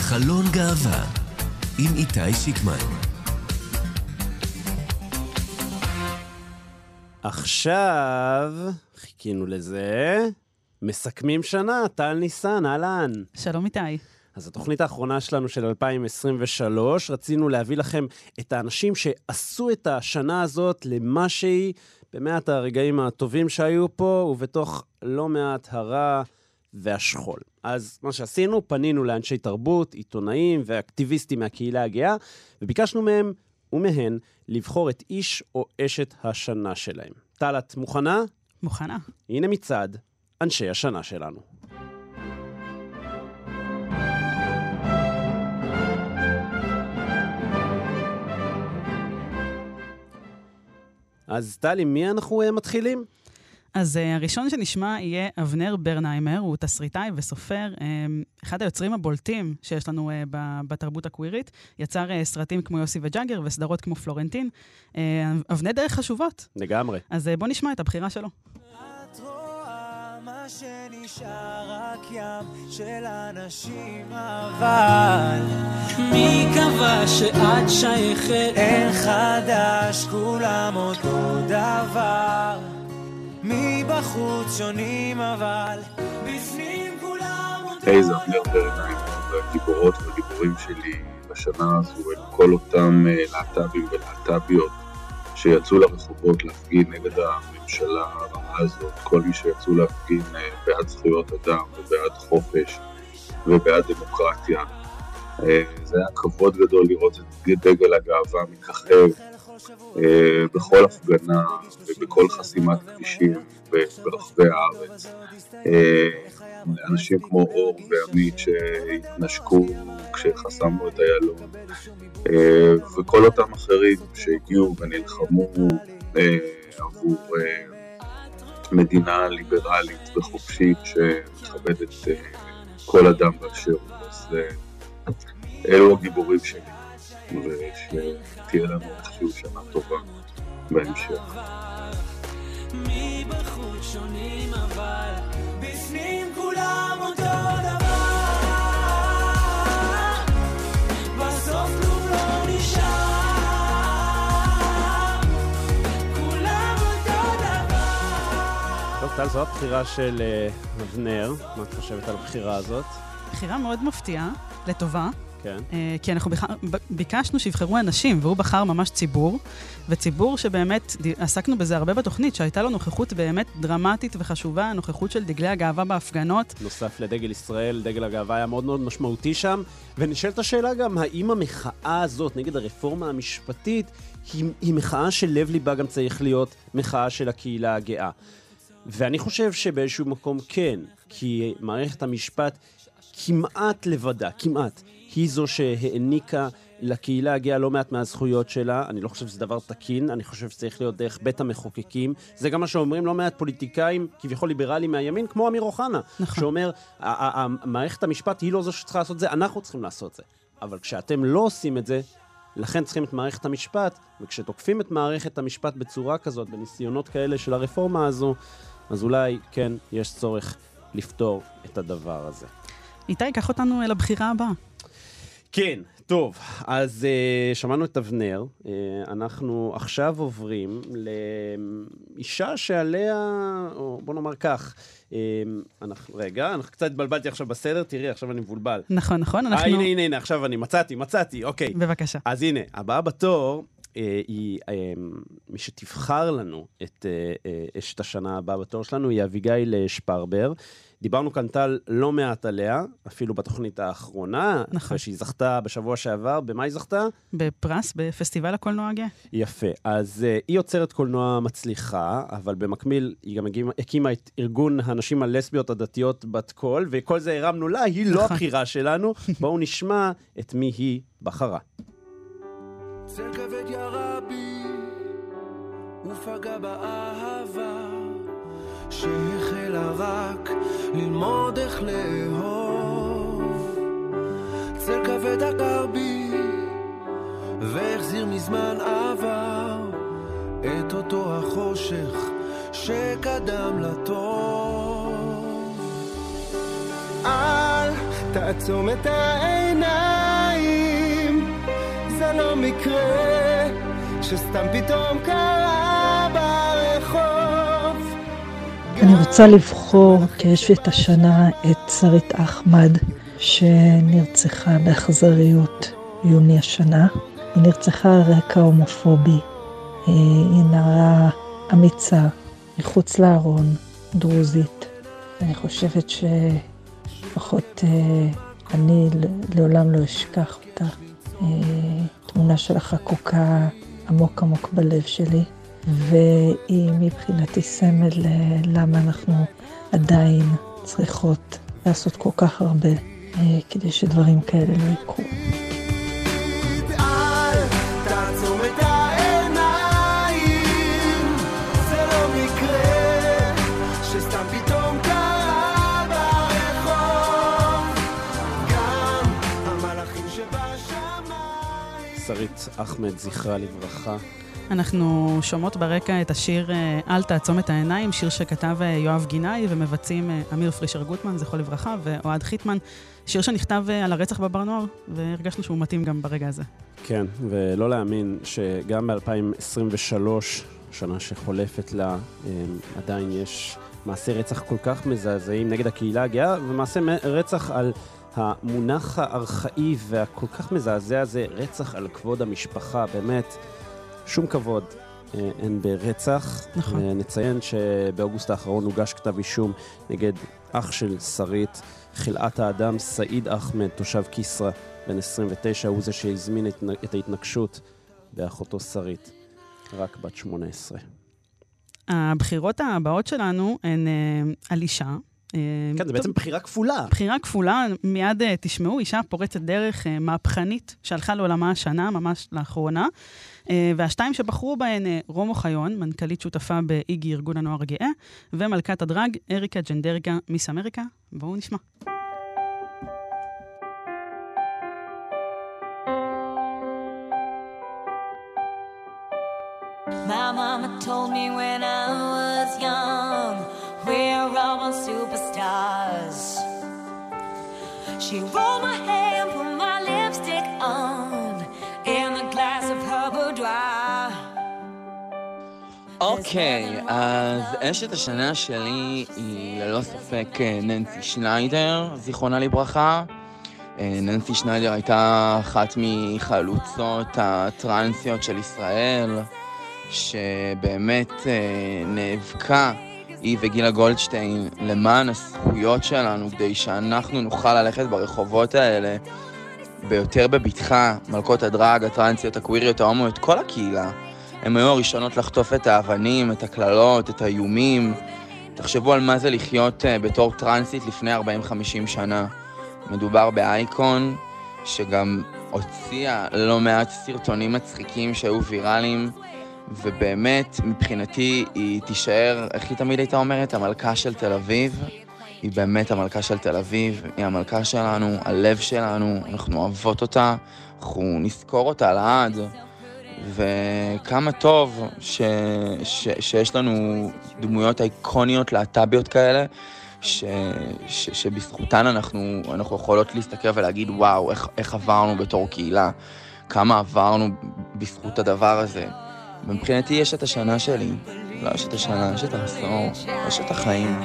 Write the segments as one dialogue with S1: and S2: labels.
S1: חלון גאווה עם איתי שיקמן.
S2: עכשיו, חיכינו לזה, מסכמים שנה, טל ניסן, אהלן.
S3: שלום איתי.
S2: אז התוכנית האחרונה שלנו של 2023, רצינו להביא לכם את האנשים שעשו את השנה הזאת למה שהיא, במעט הרגעים הטובים שהיו פה, ובתוך לא מעט הרע והשכול. אז מה שעשינו, פנינו לאנשי תרבות, עיתונאים ואקטיביסטים מהקהילה הגאה, וביקשנו מהם ומהן לבחור את איש או אשת השנה שלהם. טל, את מוכנה?
S3: מוכנה.
S2: הנה מצד אנשי השנה שלנו. אז טל, עם מי אנחנו מתחילים?
S3: אז הראשון שנשמע יהיה אבנר ברנהיימר, הוא תסריטאי וסופר, אחד היוצרים הבולטים שיש לנו בתרבות הקווירית, יצר סרטים כמו יוסי וג'אגר וסדרות כמו פלורנטין, אבני דרך חשובות.
S2: לגמרי.
S3: אז בוא נשמע את הבחירה שלו.
S4: את רואה מה שנשאר רק ים של אנשים, אבל מי קבע שאת שייכת? אין חדש, כולם אותו דבר, מבחוץ שונים אבל בפנים כולם אותו
S5: היי, זה אבנר ברנהיימר, והגיבורות והגיבורים שלי בשנה הזו הם כל אותם להט"בים ולהט"ביות שיצאו לרחובות להפגין נגד הממשלה הרעה הזאת, כל מי שיצאו להפגין בעד זכויות אדם ובעד חופש ובעד דמוקרטיה. זה היה כבוד גדול לראות את דגל הגאווה מככב בכל הפגנה ובכל חסימת כבישים ברחבי הארץ. אנשים כמו אור ועמית שהתנשקו כשחסמנו את איילון, וכל אותם אחרים שהגיעו ונלחמו עבור מדינה ליברלית וחופשית שמכבדת כל אדם באשר הוא. אז אלו הגיבורים שלי, ושתהיה לנו איזשהו שנה טובה בהמשך.
S4: מבחוץ שונים אבל בפנים כולם אותו דבר, בסוף כלום לא נשאר, כולם אותו דבר.
S2: טוב, טל, זו הבחירה של אבנר. מה את חושבת על הבחירה הזאת?
S3: בחירה מאוד מפתיעה, לטובה.
S2: כן.
S3: כי אנחנו ביקשנו שיבחרו אנשים, והוא בחר ממש ציבור, וציבור שבאמת עסקנו בזה הרבה בתוכנית, שהייתה לו נוכחות באמת דרמטית וחשובה, נוכחות של דגלי הגאווה בהפגנות.
S2: נוסף לדגל ישראל, דגל הגאווה היה מאוד מאוד משמעותי שם, ונשאלת השאלה גם, האם המחאה הזאת נגד הרפורמה המשפטית, היא מחאה של לב ליבה גם צריך להיות מחאה של הקהילה הגאה. ואני חושב שבאיזשהו מקום כן, כי מערכת המשפט כמעט לבדה, כמעט, היא זו שהעניקה לקהילה הגאה לא מעט מהזכויות שלה. אני לא חושב שזה דבר תקין, אני חושב שצריך להיות דרך בית המחוקקים. זה גם מה שאומרים לא מעט פוליטיקאים, כביכול ליברליים מהימין, כמו אמיר אוחנה, שאומר, מערכת המשפט היא לא זו שצריכה לעשות זה, אנחנו צריכים לעשות זה. אבל כשאתם לא עושים את זה, לכן צריכים את מערכת המשפט, וכשתוקפים את מערכת המשפט בצורה כזאת, בניסיונות כאלה של הרפורמה הזו, אז אולי כן יש צורך לפתור את הדבר הזה.
S3: איתי, קח אותנו אל הבחירה הבאה.
S2: כן, טוב, אז שמענו את אבנר, אנחנו עכשיו עוברים לאישה שעליה, או בוא נאמר כך, אנחנו קצת התבלבלתי עכשיו בסדר, תראי, עכשיו אני מבולבל.
S3: נכון,
S2: הנה, עכשיו אני מצאתי, אוקיי.
S3: בבקשה.
S2: אז הנה, הבאה בתור היא, מי שתבחר לנו את אשת השנה הבאה בתור שלנו, היא אביגיל שפרבר. דיברנו כאן טל לא מעט עליה, אפילו בתוכנית האחרונה, אחרי שהיא זכתה בשבוע שעבר. במה היא זכתה?
S3: בפרס, בפסטיבל הקולנוע הגאה.
S2: יפה, אז היא יוצרת קולנוע מצליחה, אבל במקביל היא גם הקימה את ארגון הנשים הלסביות הדתיות בת קול, וכל זה הרמנו לה, היא לא הבחירה שלנו. בואו נשמע את מי היא בחרה.
S4: צל כבד ירה בי ופגע באהבה שהחלה רק ללמוד איך לאהוב. צל כבד עקר בי והחזיר מזמן עבר את אותו החושך שקדם לטוב. אל תעצום את העיניים, זה לא מקרה שסתם פתאום קרה ברחוב.
S6: אני רוצה לבחור כאשת השנה את שרית אחמד, שנרצחה באכזריות יוני השנה. היא נרצחה על רקע הומופובי. היא נערה אמיצה, מחוץ לארון, דרוזית. אני חושבת שלפחות אני לעולם לא אשכח אותה. תמונה שלה חקוקה עמוק עמוק בלב שלי, והיא מבחינתי סמל למה אנחנו עדיין צריכות לעשות כל כך הרבה כדי שדברים כאלה לא יקרו.
S2: שרית אחמד, זכרה לברכה.
S3: אנחנו שומעות ברקע את השיר אל תעצום את העיניים, שיר שכתב יואב גינאי ומבצעים אמיר פרישר גוטמן, זכרו לברכה, ואוהד חיטמן, שיר שנכתב על הרצח בבר נוער, והרגשנו שהוא מתאים גם ברגע הזה.
S2: כן, ולא להאמין שגם ב-2023, שנה שחולפת לה, עדיין יש מעשה רצח כל כך מזעזעים נגד הקהילה הגאה, ומעשה רצח על המונח הארכאי והכל כך מזעזע הזה, רצח על כבוד המשפחה, באמת שום כבוד אין ברצח.
S3: נכון.
S2: נציין שבאוגוסט האחרון הוגש כתב אישום נגד אח של שרית, חלאת האדם סעיד אחמד, תושב כיסרא, בן 29, הוא זה שהזמין את ההתנגשות באחותו שרית, רק בת 18.
S3: הבחירות הבאות שלנו הן על אישה.
S2: כן, זה בעצם בחירה כפולה.
S3: בחירה כפולה, מיד תשמעו, אישה פורצת דרך מהפכנית שהלכה לעולמה השנה, ממש לאחרונה. והשתיים שבחרו בהן, רומו חיון, מנכ"לית שותפה באיגי ארגון הנוער הגאה, ומלכת הדרג, אריקה ג'נדריקה מיס אמריקה. בואו נשמע.
S7: My mama told me when I was young, we're all superstars. She rolled my hair and put my lipstick on in the glass of her boudoir.
S8: אוקיי, אז אשת השנה שלי היא ללא ספק ננסי שניידר, זיכרונה לברכה. ננסי שניידר הייתה אחת מחלוצות הטרנסיות של ישראל, שבאמת נאבקה היא וגילה גולדשטיין למען הזכויות שלנו, כדי שאנחנו נוכל ללכת ברחובות האלה ביותר בביטחה. מלכות הדרג, הטרנסיות, הקוויריות, ההומואיות, כל הקהילה. הן היו הראשונות לחטוף את האבנים, את הכללות, את האיומים. תחשבו על מה זה לחיות בתור טרנסית לפני 40-50 שנה. מדובר באייקון שגם הוציאה לא מעט סרטונים מצחיקים שהיו ויראליים, ובאמת מבחינתי היא תישאר, איך היא תמיד הייתה אומרת, המלכה של תל אביב. היא באמת המלכה של תל אביב, היא המלכה שלנו, הלב שלנו, אנחנו אוהבות אותה, אנחנו נזכור אותה לעד. וכמה טוב שיש לנו דמויות איקוניות להט"ביות כאלה, שבזכותן אנחנו יכולות להסתכל ולהגיד וואו, איך עברנו בתור קהילה, כמה עברנו בזכות הדבר הזה. מבחינתי יש את השנה שלי, לא יש את השנה, יש את העשור, יש את החיים.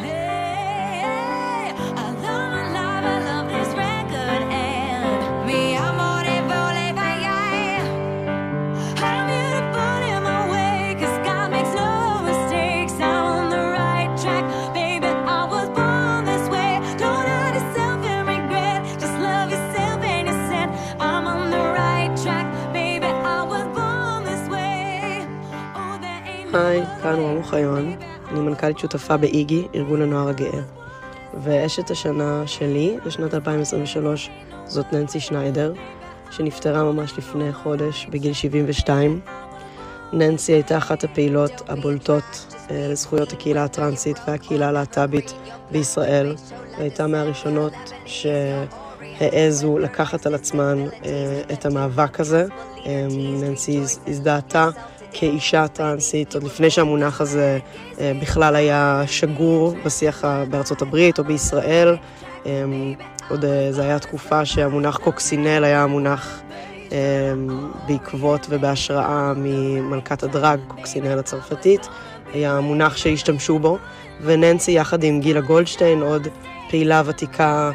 S9: היי, כאן רומו חיון, אני מנכ"לית שותפה באיגי, ארגון הנוער הגאה. ואשת השנה שלי, לשנת 2023, זאת ננסי שניידר, שנפטרה ממש לפני חודש, בגיל 72. ננסי הייתה אחת הפעילות הבולטות לזכויות הקהילה הטרנסית והקהילה הלהט"בית בישראל, והייתה מהראשונות שהעזו לקחת על עצמן את המאבק הזה. ננסי הזדהתה כאישה טרנסית, עוד לפני שהמונח הזה בכלל היה שגור בשיח בארצות הברית או בישראל. עוד זה היה תקופה שהמונח קוקסינל היה המונח בעקבות ובהשראה ממלכת הדרג, קוקסינל הצרפתית, היה המונח שהשתמשו בו, וננסי יחד עם גילה גולדשטיין, עוד פעילה ותיקה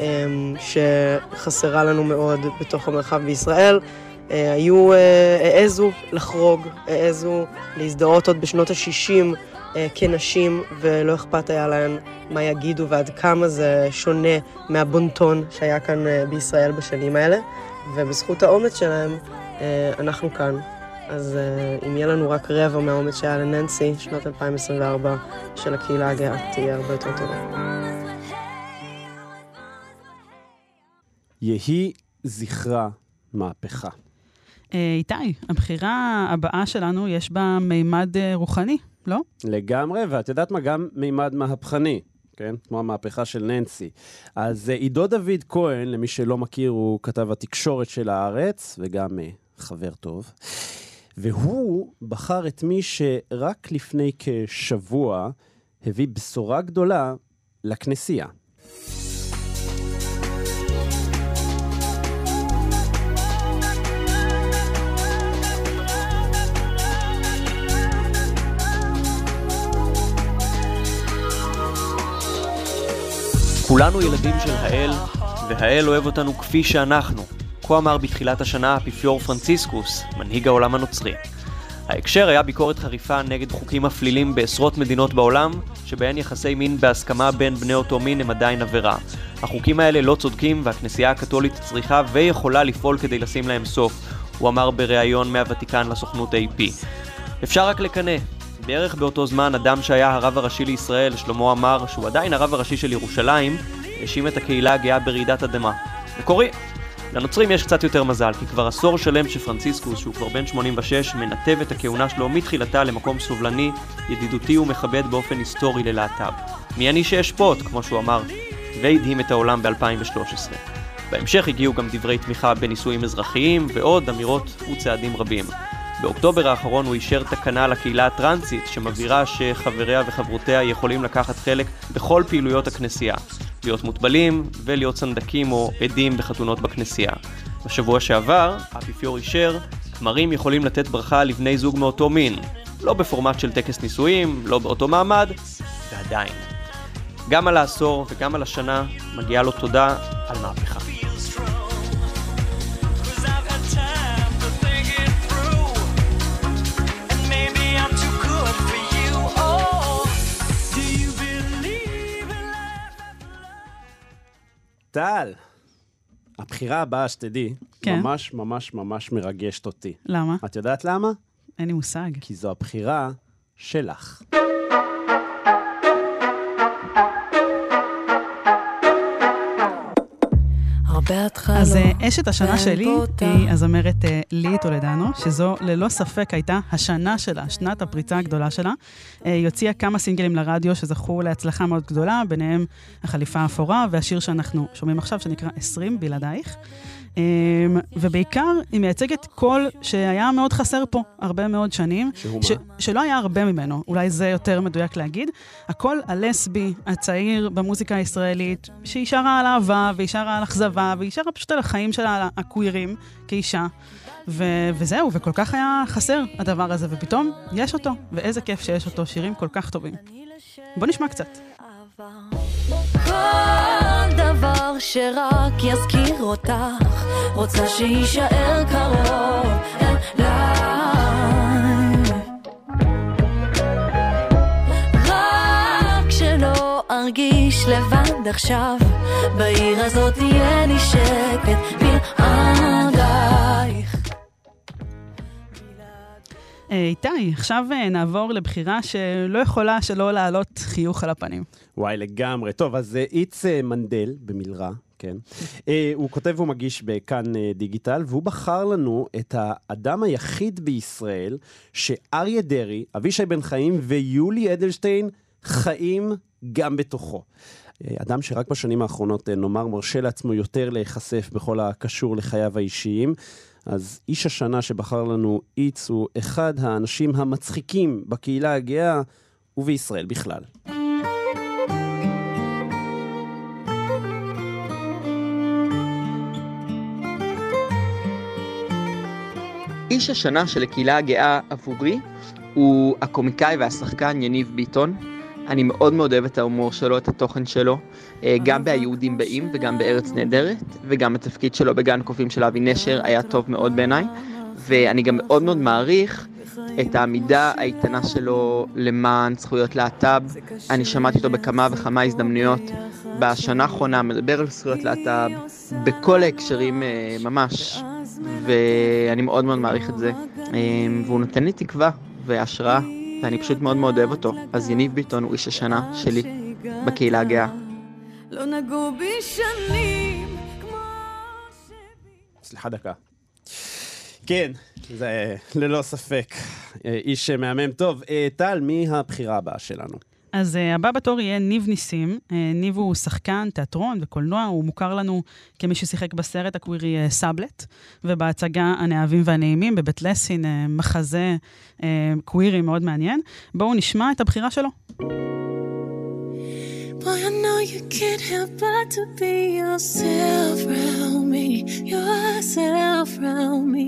S9: שחסרה לנו מאוד בתוך המרחב בישראל, העזו לחרוג, העזו להזדהות עוד בשנות ה-60 כנשים, ולא אכפת היה להן מה יגידו ועד כמה זה שונה מהבונטון שהיה כאן בישראל בשנים האלה, ובזכות האומץ שלהם אנחנו כאן. אז אם יהיה לנו רק רבע מהאומץ שהיה לננסי, שנת 2024 של הקהילה הגאה תהיה הרבה יותר טובה.
S2: יהי זכרה מהפכה.
S3: איתי, הבחירה הבאה שלנו יש בה מימד רוחני, לא?
S2: לגמרי, ואת יודעת מה? גם מימד מהפכני, כן? כמו המהפכה של ננסי. אז עידו דוד כהן, למי שלא מכיר, הוא כתב התקשורת של הארץ, וגם חבר טוב. והוא בחר את מי שרק לפני כשבוע הביא בשורה גדולה לכנסייה.
S10: כולנו ילדים של האל, והאל אוהב אותנו כפי שאנחנו. כה אמר בתחילת השנה האפיפיור פרנציסקוס, מנהיג העולם הנוצרי. ההקשר היה ביקורת חריפה נגד חוקים מפלילים בעשרות מדינות בעולם, שבהן יחסי מין בהסכמה בין בני אותו מין הם עדיין עבירה. החוקים האלה לא צודקים, והכנסייה הקתולית צריכה ויכולה לפעול כדי לשים להם סוף, הוא אמר בריאיון מהוותיקן לסוכנות AP. אפשר רק לקנא. בערך באותו זמן, אדם שהיה הרב הראשי לישראל, שלמה אמר שהוא עדיין הרב הראשי של ירושלים, האשים את הקהילה הגאה ברעידת אדמה. מקורי. לנוצרים יש קצת יותר מזל, כי כבר עשור שלם שפרנציסקוס, שהוא כבר בן 86, מנתב את הכהונה שלו מתחילתה למקום סובלני, ידידותי ומכבד באופן היסטורי ללהט"ב. מי אני שאשפוט, כמו שהוא אמר, והדהים את העולם ב-2013. בהמשך הגיעו גם דברי תמיכה בנישואים אזרחיים, ועוד אמירות וצעדים רבים. באוקטובר האחרון הוא אישר תקנה לקהילה הטרנסית שמבהירה שחבריה וחברותיה יכולים לקחת חלק בכל פעילויות הכנסייה, להיות מוטבלים ולהיות סנדקים או עדים בחתונות בכנסייה. בשבוע שעבר, האפיפיור אישר, כמרים יכולים לתת ברכה לבני זוג מאותו מין, לא בפורמט של טקס נישואים, לא באותו מעמד, ועדיין. גם על העשור וגם על השנה מגיעה לו תודה על מהפכה.
S2: טל, הבחירה הבאה שתדעי,
S3: כן.
S2: ממש ממש ממש מרגשת אותי.
S3: למה?
S2: את יודעת למה?
S3: אין לי מושג.
S2: כי זו הבחירה שלך.
S3: אז אשת השנה שלי היא הזמרת לי טולדנו, שזו ללא ספק הייתה השנה שלה, שנת הפריצה הגדולה שלה. היא הוציאה כמה סינגלים לרדיו שזכו להצלחה מאוד גדולה, ביניהם החליפה האפורה והשיר שאנחנו שומעים עכשיו שנקרא 20 בלעדייך. ובעיקר היא מייצגת קול שהיה מאוד חסר פה הרבה מאוד שנים, שלא היה הרבה ממנו, אולי זה יותר מדויק להגיד, הקול הלסבי הצעיר במוזיקה הישראלית, שהיא שרה על אהבה והיא שרה על אכזבה והיא שרה פשוט על החיים שלה, הקווירים כאישה, וזהו, וכל כך היה חסר הדבר הזה, ופתאום יש אותו, ואיזה כיף שיש אותו, שירים כל כך טובים. בוא נשמע קצת.
S7: כל דבר שרק יזכיר אותך, רוצה שישאר קרוב אליי, רק שלא ארגיש לבד עכשיו, בעיר הזאת תהיה לי שקט בלעדייך.
S3: איתי, עכשיו נעבור לבחירה שלא יכולה שלא לעלות חיוך על הפנים.
S2: וואי, לגמרי. טוב, אז איץ מנדל, במלרה, כן. הוא כותב ומגיש בכאן דיגיטל, והוא בחר לנו את האדם היחיד בישראל שאריה דרי, אבישי בן חיים ויולי אדלשטיין חיים גם בתוכו. אדם שרק בשנים האחרונות, נאמר, מרשה לעצמו יותר להיחשף בכל הקשור לחייו האישיים. אז איש השנה שבחר לנו איץ הוא אחד האנשים המצחיקים בקהילה הגאה ובישראל בכלל.
S8: איש השנה של הקהילה הגאה עבורי הוא הקומיקאי והשחקן יניב ביטון. אני מאוד מאוד אוהב את ההומור שלו, את התוכן שלו, גם ביהודים באים וגם בארץ נהדרת, וגם התפקיד שלו בגן קופים של אבי נשר היה טוב מאוד בעיניי, ואני גם מאוד מאוד מעריך את העמידה האיתנה שלו למען זכויות להט"ב. אני שמעתי אותו בכמה וכמה הזדמנויות בשנה האחרונה, מדבר על זכויות להט"ב בכל ההקשרים ממש, ואני מאוד מאוד מעריך את זה, והוא נותן לי תקווה והשראה, ואני פשוט מאוד מאוד אוהב אותו. אז יניב ביטון הוא איש השנה שלי בקהילה הגאה.
S7: לא נגעו בי שנים כמו
S2: סליחה דקה. כן, זה ללא ספק איש מהמם. טוב, טל, מי הבחירה הבאה שלנו?
S3: אז הבא בתור יהיה ניב ניסים. ניב הוא שחקן, תיאטרון וקולנוע, הוא מוכר לנו כמי ששיחק בסרט הקווירי סאבלט, ובהצגה הנאהבים והנעימים בבית לסין, מחזה קווירי מאוד מעניין. בואו נשמע את הבחירה שלו.
S7: Boy, I know you can't help but to be yourself around me, yourself around me.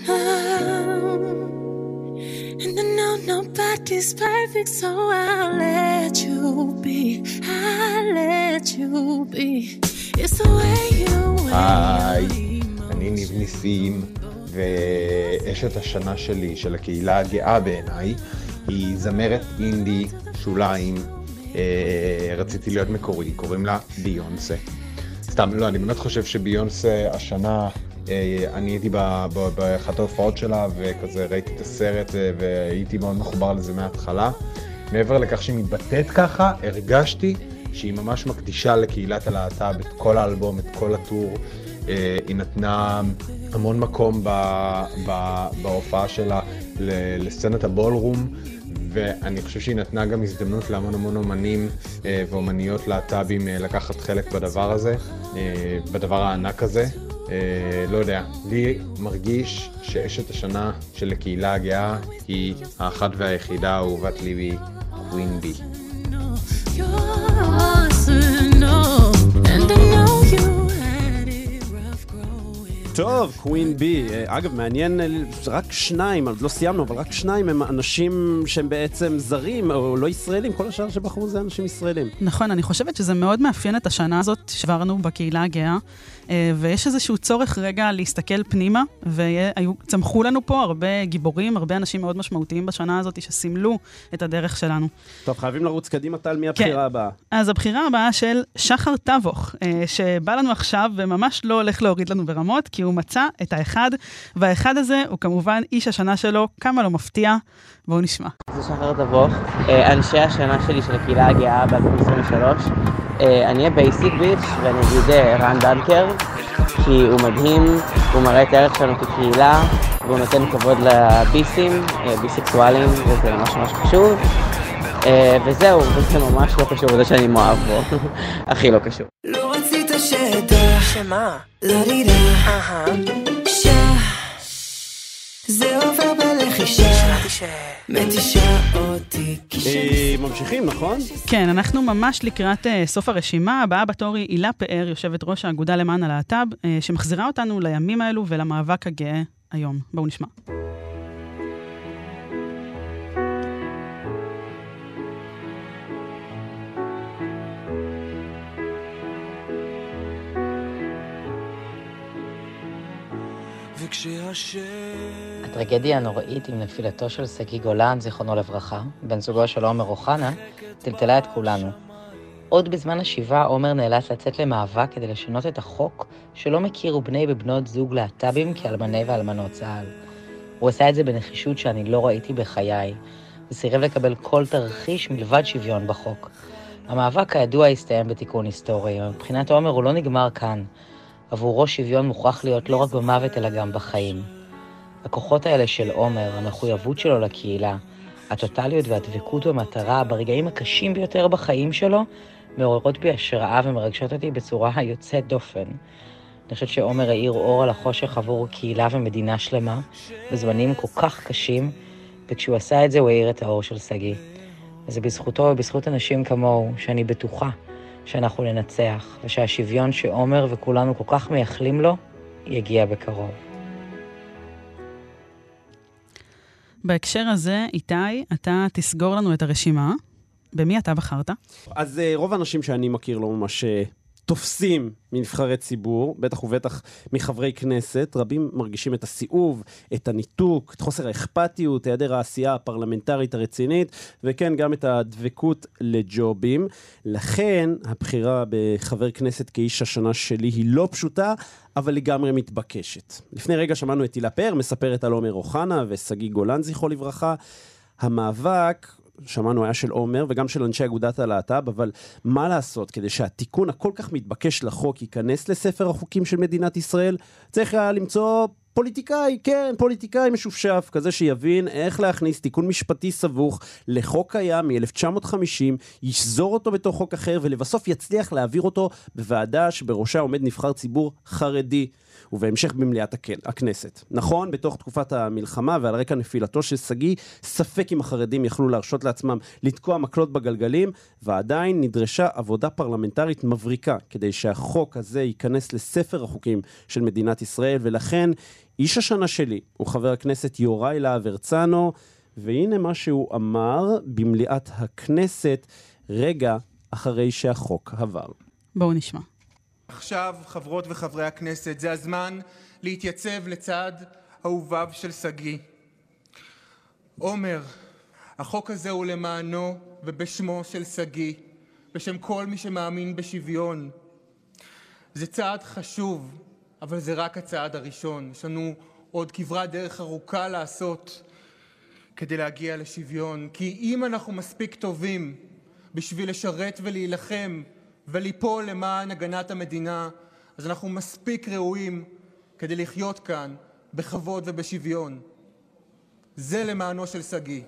S7: And I know nobody's perfect, so I'll let you be, I'll let you be. It's the way you
S11: היי, אני ניב ניסים, ואשת השנה שלי, של הקהילה הגאה בעיניי, היא זמרת אינדי, שוליים, רציתי להיות מקורי, קוראים לה ביונסה. סתם, לא, אני באמת חושב שביונסה השנה, אני הייתי באחת ההופעות שלה וכזה ראיתי את הסרט והייתי מאוד מחובר לזה מההתחלה. מעבר לכך שהיא מתבטאת ככה, הרגשתי שהיא ממש מקדישה לקהילת הלהט"ב את כל האלבום, את כל הטור. היא נתנה המון מקום בהופעה שלה לסצנת הבולרום, ואני חושב שהיא נתנה גם הזדמנות להמון המון אומנים ואומניות להט"בים לקחת חלק בדבר הזה, בדבר הענק הזה. לא יודע, לי מרגיש שאשת השנה של הקהילה הגאה היא האחת והיחידה אהובת ליבי, קווין בי.
S2: טוב, קווין בי. אגב, מעניין, רק שניים, עוד לא סיימנו, אבל רק שניים הם אנשים שהם בעצם זרים או לא ישראלים. כל השאר שבחרו זה אנשים ישראלים.
S3: נכון, אני חושבת שזה מאוד מאפיין את השנה הזאת שעברנו בקהילה הגאה, ויש איזשהו צורך רגע להסתכל פנימה, וצמחו לנו פה הרבה גיבורים, הרבה אנשים מאוד משמעותיים בשנה הזאת שסימלו את הדרך שלנו.
S2: טוב, חייבים לרוץ קדימה, טל, מי הבחירה הבאה?
S3: אז הבחירה הבאה של שחר טבוך, שבא לנו עכשיו וממש לא הולך להוריד לנו ברמות, כי הוא מצא את האחד, והאחד הזה הוא כמובן איש השנה שלו, כמה לא מפתיע. בואו נשמע.
S12: זה שחר טבוך, אנשי השנה שלי של הקהילה הגאה ב-2023. אני אהיה בייסיק ביץ' ואני אגיד רן דנקר, כי הוא מדהים, הוא מראה את הערך שלנו כקהילה, והוא נותן כבוד לביסים, ביסקסואלים, וזה ממש ממש חשוב. וזהו, וזה ממש לא קשור לזה שאני מואב בו, הכי לא קשור.
S7: לא רצית שדע שמה? לא דידה זה עובר בלחישה מתישה אותי
S2: ממשיכים, נכון?
S3: כן, אנחנו ממש לקראת סוף הרשימה. הבאה בתור היא הילה פאר, יושבת ראש האגודה למען הלהט"ב, שמחזירה אותנו לימים האלו ולמאבק הגאה היום. בואו נשמע.
S13: הטרגדיה הנוראית עם נפילתו של סגי גולן, זיכרונו לברכה, בן זוגו של עומר אוחנה, טלטלה את כולנו. עוד בזמן השבעה עומר נאלץ לצאת למאבק כדי לשנות את החוק שלא מכירו בני ובנות זוג להט"בים כאלמני ואלמנות צה"ל. הוא עשה את זה בנחישות שאני לא ראיתי בחיי, וסירב לקבל כל תרחיש מלבד שוויון בחוק. המאבק הידוע הסתיים בתיקון היסטורי, מבחינת עומר הוא לא נגמר כאן. עבורו שוויון מוכרח להיות לא רק במוות אלא גם בחיים. הכוחות האלה של עומר, המחויבות שלו לקהילה, הטוטליות והדבקות במטרה ברגעים הקשים ביותר בחיים שלו, מעוררות בי השראה ומרגשות אותי בצורה היוצאת דופן. אני חושבת שעומר העיר אור על החושך עבור קהילה ומדינה שלמה, בזמנים כל כך קשים, וכשהוא עשה את זה הוא העיר את האור של סגי. וזה בזכותו ובזכות אנשים כמוהו, שאני בטוחה שאנחנו ננצח, ושהשוויון שעומר וכולנו כל כך מייחלים לו, יגיע בקרוב.
S3: בהקשר הזה, איתי, אתה תסגור לנו את הרשימה. במי אתה בחרת?
S2: אז רוב האנשים שאני מכיר לא ממש תופסים מנבחרי ציבור, בטח ובטח מחברי כנסת, רבים מרגישים את הסיאוב, את הניתוק, את חוסר האכפתיות, היעדר העשייה הפרלמנטרית הרצינית, וכן גם את הדבקות לג'ובים. לכן הבחירה בחבר כנסת כאיש השנה שלי היא לא פשוטה, אבל לגמרי מתבקשת. לפני רגע שמענו את הילה פאר, מספרת על עומר אוחנה ושגיא גולן זכרו לברכה. המאבק שמענו היה של עומר וגם של אנשי אגודת הלהט"ב, אבל מה לעשות כדי שהתיקון הכל כך מתבקש לחוק ייכנס לספר החוקים של מדינת ישראל? צריך היה למצוא פוליטיקאי, כן, פוליטיקאי משופשף, כזה שיבין איך להכניס תיקון משפטי סבוך לחוק קיים מ-1950, ישזור אותו בתוך חוק אחר, ולבסוף יצליח להעביר אותו בוועדה שבראשה עומד נבחר ציבור חרדי, ובהמשך במליאת הכנסת. נכון, בתוך תקופת המלחמה ועל רקע נפילתו של שגיא, ספק אם החרדים יכלו להרשות לעצמם לתקוע מקלות בגלגלים, ועדיין נדרשה עבודה פרלמנטרית מבריקה, כדי שהחוק הזה ייכנס לספר החוקים של מדינת ישראל, ולכן איש השנה שלי הוא חבר הכנסת יוראי להב הרצנו, והנה מה שהוא אמר במליאת הכנסת רגע אחרי שהחוק עבר.
S3: בואו נשמע.
S14: עכשיו, חברות וחברי הכנסת, זה הזמן להתייצב לצד אהוביו של שגיא. עומר, החוק הזה הוא למענו ובשמו של שגיא, בשם כל מי שמאמין בשוויון. זה צעד חשוב, אבל זה רק הצעד הראשון. יש לנו עוד כברת דרך ארוכה לעשות כדי להגיע לשוויון. כי אם אנחנו מספיק טובים בשביל לשרת ולהילחם וליפול למען הגנת המדינה, אז אנחנו מספיק ראויים כדי לחיות כאן בכבוד ובשוויון. זה למענו של שגיא.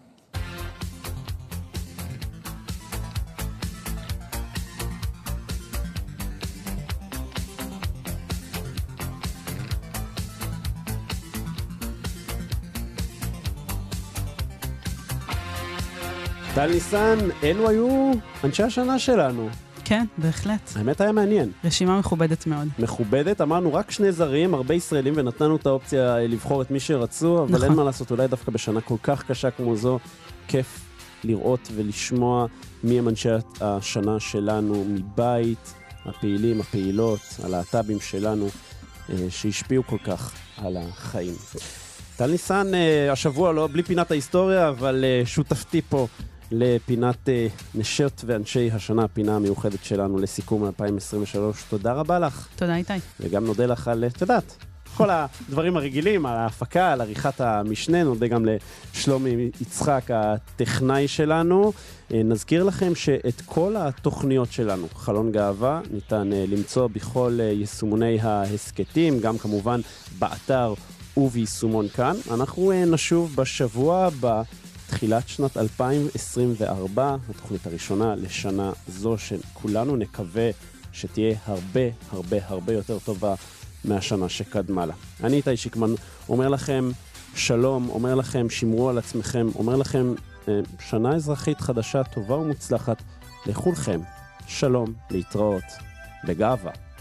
S2: טל ניסן, אלו היו אנשי השנה שלנו.
S3: כן, בהחלט.
S2: האמת היה מעניין.
S3: רשימה מכובדת מאוד.
S2: מכובדת, אמרנו רק שני זרים, הרבה ישראלים, ונתנו את האופציה לבחור את מי שרצו, אבל אין מה לעשות, אולי דווקא בשנה כל כך קשה כמו זו, כיף לראות ולשמוע מי הם אנשי השנה שלנו מבית, הפעילים, הפעילות, הלהט"בים שלנו, שהשפיעו כל כך על החיים. טל ניסן, השבוע לא בלי פינת ההיסטוריה, אבל שותפתי פה לפינת נשות ואנשי השנה, הפינה המיוחדת שלנו לסיכום 2023. תודה רבה לך.
S3: תודה איתי.
S2: וגם נודה לך על, תדעת, כל הדברים הרגילים, על ההפקה, על עריכת המשנה, נודה גם לשלומי יצחק, הטכנאי שלנו. נזכיר לכם שאת כל התוכניות שלנו, חלון גאווה, ניתן למצוא בכל יישומוני ההסקטים, גם כמובן באתר וביישומון כאן. אנחנו נשוב בשבוע הבא, תחילת שנת 2024, התוכנית הראשונה לשנה זו שכולנו נקווה שתהיה הרבה הרבה הרבה יותר טובה מהשנה שקדמה לה. אני איתי שיקמן, אומר לכם שלום, אומר לכם שמרו על עצמכם, אומר לכם שנה אזרחית חדשה טובה ומוצלחת לכולכם. שלום, להתראות, בגאווה.